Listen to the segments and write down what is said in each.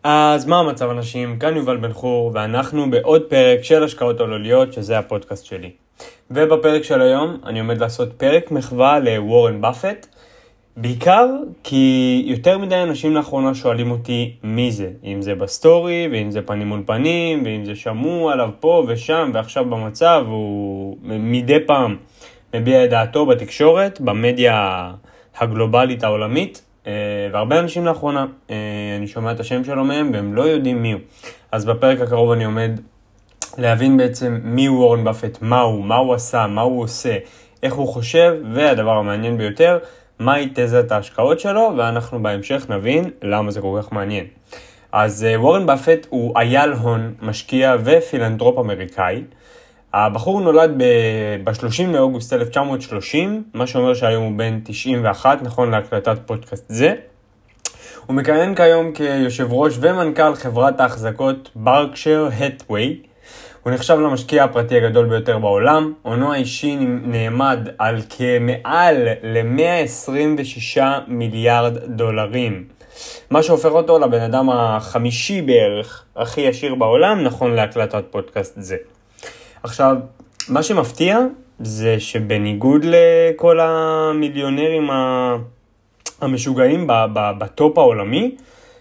אז מה המצב אנשים? כאן יובל בן חור, ואנחנו בעוד פרק של השקעות עולליות, שזה הפודקאסט שלי. ובפרק של היום אני עומד לעשות פרק מחווה לוורן באפט, בעיקר כי יותר מדי אנשים לאחרונה שואלים אותי מי זה, אם זה בסטורי, ואם זה פנים מול פנים, ואם זה שמעו עליו פה ושם, ועכשיו במצב, הוא מדי פעם מביע את דעתו בתקשורת, במדיה הגלובלית העולמית, והרבה אנשים לאחרונה, אני שומע את השם שלו מהם והם לא יודעים מי הוא. אז בפרק הקרוב אני עומד להבין בעצם מי הוא וורן באפט, מה הוא עשה, מה הוא עושה, איך הוא חושב, והדבר המעניין ביותר, מהי תזת ההשקעות שלו, ואנחנו בהמשך נבין למה זה כל כך מעניין. אז וורן באפט הוא אייל הון, משקיע ופילנטרופ אמריקאי. הבחור נולד ב-30 לאוגוסט 1930, מה שאומר שהיום הוא בן 91, נכון להקלטת פודקאסט זה. הוא מכהן כיום כיושב ראש ומנכ"ל חברת ההחזקות ברקשייר האת'ווי. הוא נחשב למשקיע הפרטי הגדול ביותר בעולם. הונו האישי נעמד על כמעל ל-126 מיליארד דולרים. מה שהופך אותו לבן אדם החמישי בערך הכי עשיר בעולם, נכון להקלטת פודקאסט זה. עכשיו, מה שמפתיע זה שבניגוד לכל המיליונרים המשוגעים בטופ העולמי,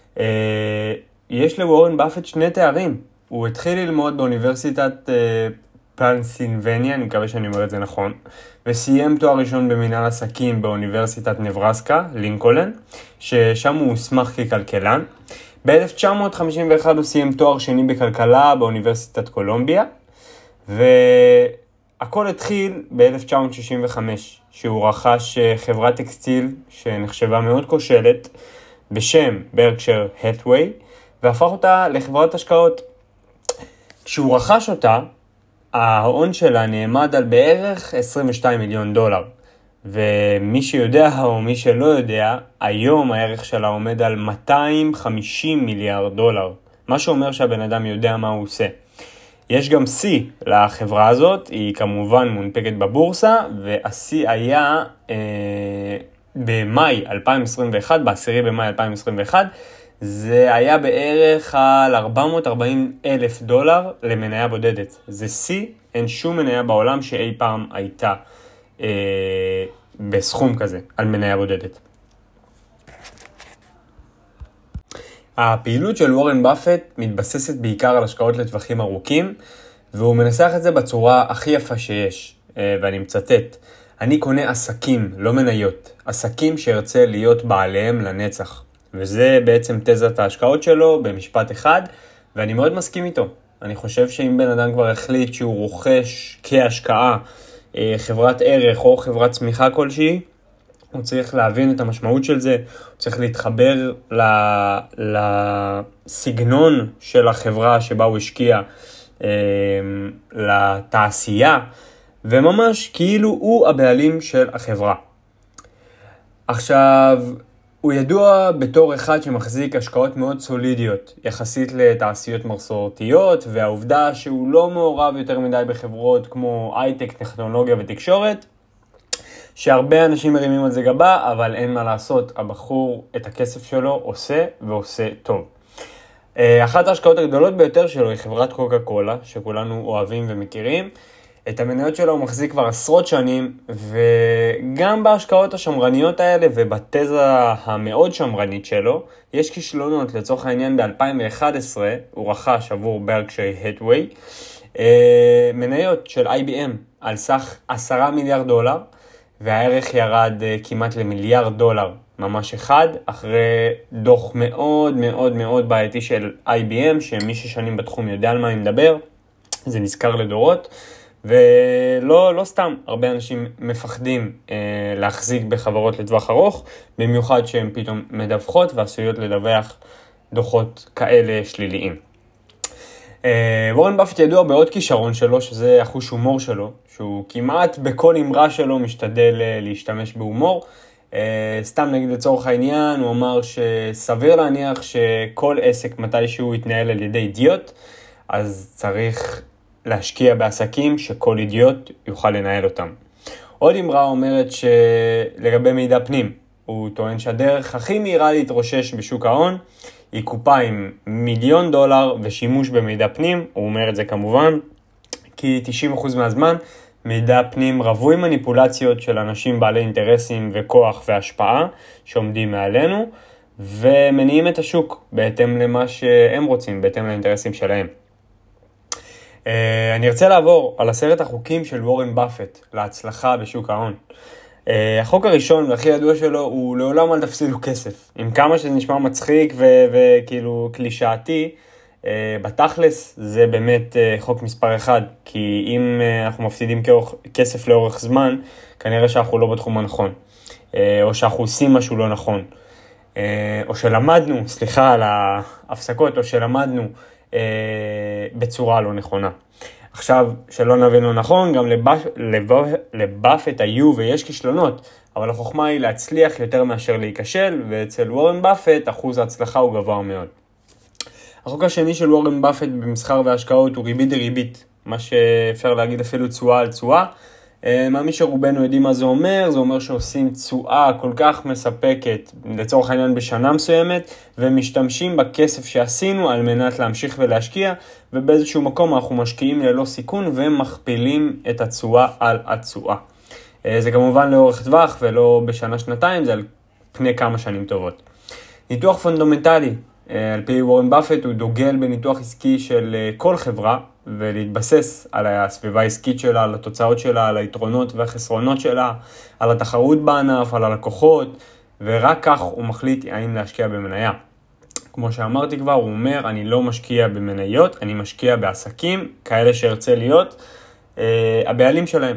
יש לוורן באפט שני תארים. הוא התחיל ללמוד באוניברסיטת פנסילבניה, אני מקווה שאני אומר את זה נכון, וסיים תואר ראשון במנהל עסקים באוניברסיטת נברסקה, לינקולן, ששם הוא הוסמך ככלכלן. ב-1951 הוא סיים תואר שני בכלכלה באוניברסיטת קולומביה, והכל התחיל ב-1965, שהוא רכש חברת טקסטיל שנחשבה מאוד כושלת בשם ברקשייר האת'ווי, והפך אותה לחברת השקעות. כשהוא רכש אותה, ההון שלה נעמד על בערך 22 מיליון דולר. ומי שיודע או מי שלא יודע, היום הערך שלה עומד על 250 מיליארד דולר. מה שאומר שהבן אדם יודע מה הוא עושה. יש גם C לחברה הזאת, היא כמובן מונפקת בבורסה, וה-C היה במאי 2021, ב-10 במאי 2021, זה היה בערך על 440,000 דולר למניה בודדת. זה C, אין שום מניה בעולם שאי פעם הייתה בסכום כזה על מניה בודדת. הפעילות של וורן באפט מתבססת בעיקר על השקעות לטווחים ארוכים, והוא מנסח את זה בצורה הכי יפה שיש, ואני מצטט, אני קונה עסקים, לא מניות, עסקים שירצה להיות בעליהם לנצח. וזה בעצם תזת ההשקעות שלו במשפט אחד, ואני מאוד מסכים איתו. אני חושב שאם בן אדם כבר החליט שהוא רוכש כהשקעה חברת ערך או חברת צמיחה כלשהי, הוא צריך להבין את המשמעות של זה, הוא צריך להתחבר לסגנון של החברה שבה הוא השקיע, לתעשייה, וממש כאילו הוא הבעלים של החברה. עכשיו, הוא ידוע בתור אחד שמחזיק השקעות מאוד סולידיות, יחסית לתעשיות מסורתיות, והעובדה שהוא לא מעורב יותר מדי בחברות כמו הייטק, טכנולוגיה ותקשורת, שהרבה אנשים מרימים על זה גבה, אבל אין מה לעשות, הבחור את הכסף שלו עושה ועושה טוב. אחת ההשקעות הגדולות ביותר שלו היא חברת קוקה קולה, שכולנו אוהבים ומכירים. את המניות שלו הוא מחזיק כבר עשרות שנים, וגם בהשקעות השמרניות האלה ובתזה המאוד שמרנית שלו, יש כישלונות. לצורך העניין ב-2011 הוא רכש עבור ברקשייר האת'ווי מניות של IBM על סך 10 מיליארד דולר, והערך ירד כמעט למיליארד דולר, ממש אחד, אחרי דוח מאוד מאוד מאוד בעייתי של IBM, שמי ששנים בתחום יודע על מה אני מדבר, זה נזכר לדורות, ולא סתם, הרבה אנשים מפחדים להחזיק בחברות לטווח ארוך, במיוחד שהן פתאום מדווחות ועשויות לדווח דוחות כאלה שליליים. וורן באפט ידוע בעוד כישרון שלו, שזה החוש הומור שלו, שהוא כמעט בכל אמרה שלו משתדל להשתמש בהומור. סתם נגיד לצורך העניין, הוא אמר שסביר להניח שכל עסק מתישהו יתנהל על ידי אידיוט, אז צריך להשקיע בעסקים שכל אידיוט יוכל לנהל אותם. עוד אמרה אומרת שלגבי מידע פנים, הוא טוען שהדרך הכי מהירה להתרושש בשוק ההון היא קופה עם $1,000,000 ושימוש במידע פנים, הוא אומר את זה כמובן, כי 90% מהזמן מידע פנים רווי מניפולציות של אנשים בעלי אינטרסים וכוח והשפעה שעומדים מעלינו, ומניעים את השוק בהתאם למה שהם רוצים, בהתאם לאינטרסים שלהם. אני ארצה לעבור על 10 החוקים של וורן באפט להצלחה בשוק ההון. החוק הראשון והכי ידוע שלו הוא לעולם אל תפסידו כסף. עם כמה שזה נשמע מצחיק וכאילו קלישאתי, בתכלס זה באמת חוק מספר 1, כי אם אנחנו מפסידים כסף לאורך זמן, כנראה שאנחנו לא בתחום הנכון, או שאנחנו עושים משהו לא נכון, או שלמדנו, סליחה על ההפסקות, או שלמדנו בצורה לא נכונה. עכשיו, שלא נבין לא נכון, גם לבאפט היו ויש כישלונות, אבל החוכמה היא להצליח יותר מאשר להיכשל, ואצל וורן באפט אחוז ההצלחה הוא גבוה מאוד. החוק השני של וורן באפט במסחר והשקעות הוא ריבית דריבית, מה שאפשר להגיד אפילו תשואה על תשואה. מה מי שרובנו יודעים מה זה אומר שעושים תשואה כל כך מספקת, לצורך העניין בשנה מסוימת, ומשתמשים בכסף שעשינו על מנת להמשיך ולהשקיע, ובאיזשהו מקום אנחנו משקיעים ללא סיכון ומכפילים את התשואה על התשואה. זה כמובן לאורך טווח ולא בשנה-שנתיים, זה על פני כמה שנים טובות. ניתוח פונדמנטלי, על פי וורן באפט, הוא דוגל בניתוח עסקי של כל חברה, ולהתבסס על הסביבה העסקית שלה, על התוצאות שלה, על היתרונות והחסרונות שלה, על התחרות בענף, על הלקוחות, ורק כך הוא מחליט האם להשקיע במניה. כמו שאמרתי כבר, הוא אומר, אני לא משקיע במניות, אני משקיע בעסקים, כאלה שארצה להיות הבעלים שלהם.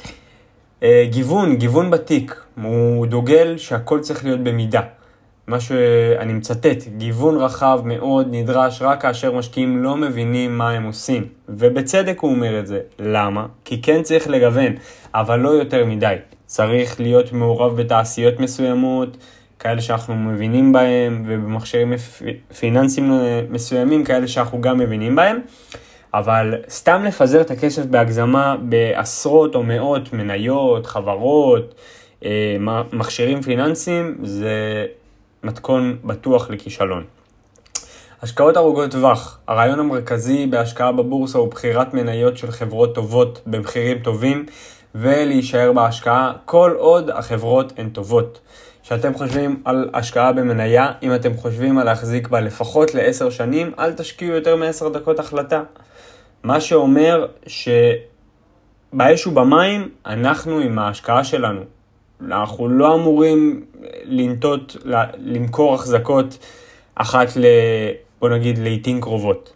גיוון בתיק, הוא דוגל שהכל צריך להיות במידה. מה שאני מצטט, גיוון רחב מאוד נדרש רק כאשר משקיעים לא מבינים מה הם עושים. ובצדק הוא אומר את זה. למה? כי כן צריך לגוון, אבל לא יותר מדי. צריך להיות מעורב בתעשיות מסוימות, כאלה שאנחנו מבינים בהם, ובמכשירים פיננסיים מסוימים, כאלה שאנחנו גם מבינים בהם. אבל סתם לפזר את הכסף בהגזמה בעשרות או מאות מניות, חברות, מכשירים פיננסיים, זה מתכון בטוח לכישלון. השקעות ארוכות טווח. הרעיון המרכזי בהשקעה בבורסה הוא בחירת מניות של חברות טובות במחירים טובים, ולהישאר בהשקעה כל עוד החברות הן טובות. כשאתם חושבים על השקעה במניה, אם אתם חושבים על להחזיק בה לפחות ל10 שנים, אל תשקיעו יותר מ10 דקות החלטה. מה שאומר שבאש ובמים אנחנו עם ההשקעה שלנו. אנחנו לא אמורים למכור החזקות אחת בוא נגיד לעתים קרובות.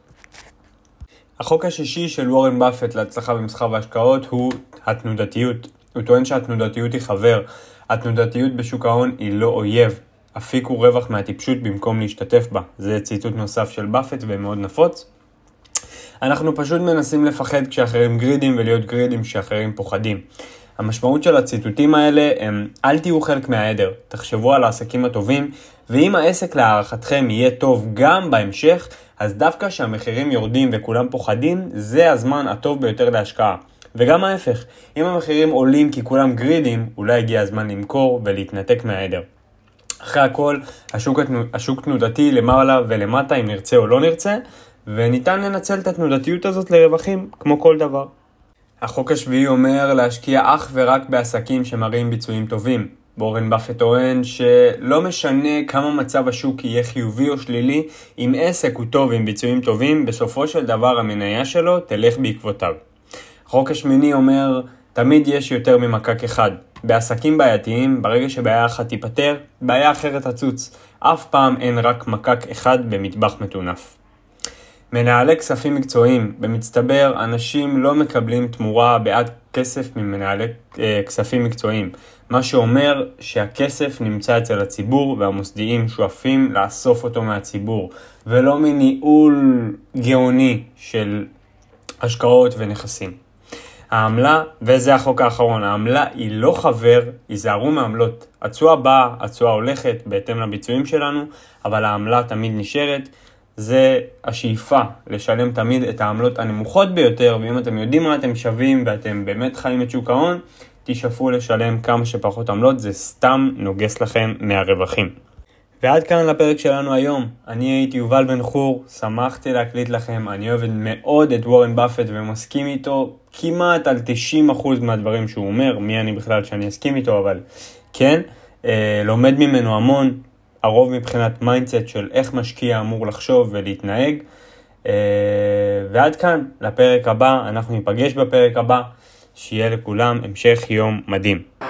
החוק השישי של וורן באפט להצלחה במסחר והשקעות הוא התנודתיות. הוא טוען שהתנודתיות היא חבר. התנודתיות בשוק ההון היא לא אויב. הפיקו רווח מהטיפשות במקום להשתתף בה. זה ציטוט נוסף של באפט ומאוד נפוץ. אנחנו פשוט מנסים לפחד כשאחרים גרידים ולהיות גרידים כשאחרים פוחדים. המשמעות של הציטוטים האלה הם, אל תהיו חלק מהעדר, תחשבו על העסקים הטובים, ואם העסק להערכתכם יהיה טוב גם בהמשך, אז דווקא שהמחירים יורדים וכולם פוחדים, זה הזמן הטוב ביותר להשקעה. וגם ההפך, אם המחירים עולים כי כולם גרידים, אולי הגיע הזמן למכור ולהתנתק מהעדר. אחרי הכל, השוק תנודתי למעלה ולמטה אם נרצה או לא נרצה, וניתן לנצל את התנודתיות הזאת לרווחים כמו כל דבר. החוק השביעי אומר להשקיע אך ורק בעסקים שמראים ביצועים טובים. וורן באפט טוען שלא משנה כמה מצב השוק יהיה חיובי או שלילי, אם עסק הוא טוב עם ביצועים טובים, בסופו של דבר המניה שלו תלך בעקבותיו. החוק השמיני אומר, תמיד יש יותר ממקק אחד. בעסקים בעייתיים, ברגע שבעיה אחת תיפטר, בעיה אחרת תצוץ. אף פעם אין רק מקק אחד במטבח מטונף. מנהלי כספים מקצועיים, במצטבר, אנשים לא מקבלים תמורה בעד כסף ממנהלי כספים מקצועיים. מה שאומר שהכסף נמצא אצל הציבור והמוסדיים שואפים לאסוף אותו מהציבור, ולא מניהול גאוני של השקעות ונכסים. העמלה, וזה החוק האחרון, העמלה היא לא חבר, ייזהרו מעמלות. התשואה באה, התשואה הולכת בהתאם לביצועים שלנו, אבל העמלה תמיד נשארת. זה השאיפה לשלם תמיד את העמלות הנמוכות ביותר, ואם אתם יודעים מה אתם שווים ואתם באמת חיים את שוק ההון, תשאפו לשלם כמה שפחות עמלות, זה סתם נוגס לכם מהרווחים. ועד כאן לפרק שלנו היום. אני הייתי יובל בן חור, שמחתי להקליט לכם. אני אוהב מאוד את וורן באפט ומסכים איתו כמעט על 90% מהדברים שהוא אומר. מי אני בכלל שאני אסכים איתו, אבל כן, לומד ממנו המון, הרוב מבחינת מיינדסט של איך משקיע אמור לחשוב ולהתנהג. ועד כאן לפרק הבא, אנחנו ניפגש בפרק הבא. שיהיה לכולם המשך יום מדהים.